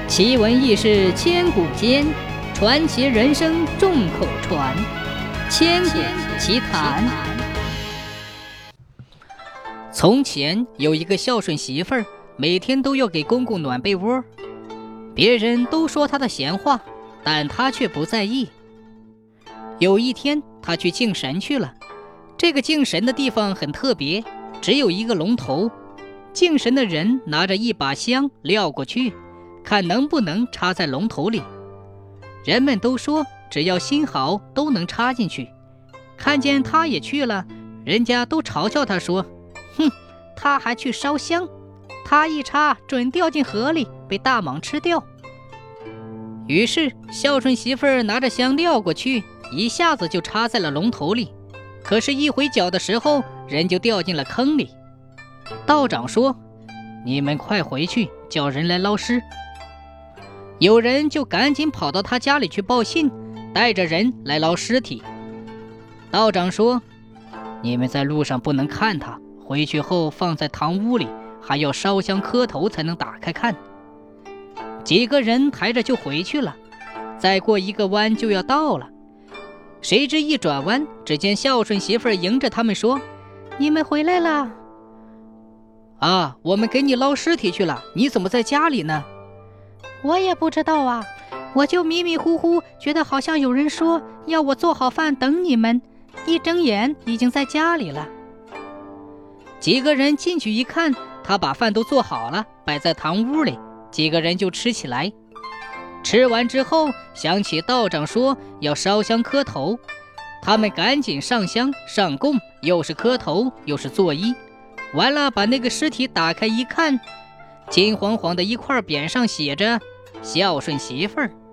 奇闻异事千古间，传奇人生众口传。千古奇谈。从前有一个孝顺媳妇儿，每天都要给公公暖被窝。别人都说她的闲话，但她却不在意。有一天，她去敬神去了。这个敬神的地方很特别，只有一个龙头。敬神的人拿着一把香撂过去，看能不能插在龙头里。人们都说只要心好都能插进去。看见他也去了，人家都嘲笑他说，哼，他还去烧香，他一插准掉进河里，被大蟒吃掉。于是孝顺媳妇儿拿着香撂过去，一下子就插在了龙头里。可是一回脚的时候，人就掉进了坑里。道长说，你们快回去，叫人来捞尸。有人就赶紧跑到他家里去报信，带着人来捞尸体。道长说，你们在路上不能看他，回去后放在堂屋里，还要烧香磕头才能打开看。几个人抬着就回去了，再过一个弯就要到了。谁知一转弯，只见孝顺媳妇儿迎着他们说，你们回来了啊，我们给你捞尸体去了，你怎么在家里呢？我也不知道啊，我就迷迷糊糊觉得好像有人说要我做好饭等你们，一睁眼已经在家里了。几个人进去一看，他把饭都做好了，摆在堂屋里，几个人就吃起来。吃完之后，想起道长说要烧香磕头，他们赶紧上香上供，又是磕头又是作揖。完了，把那个尸体打开一看，金黄黄的一块匾上写着孝顺媳妇儿。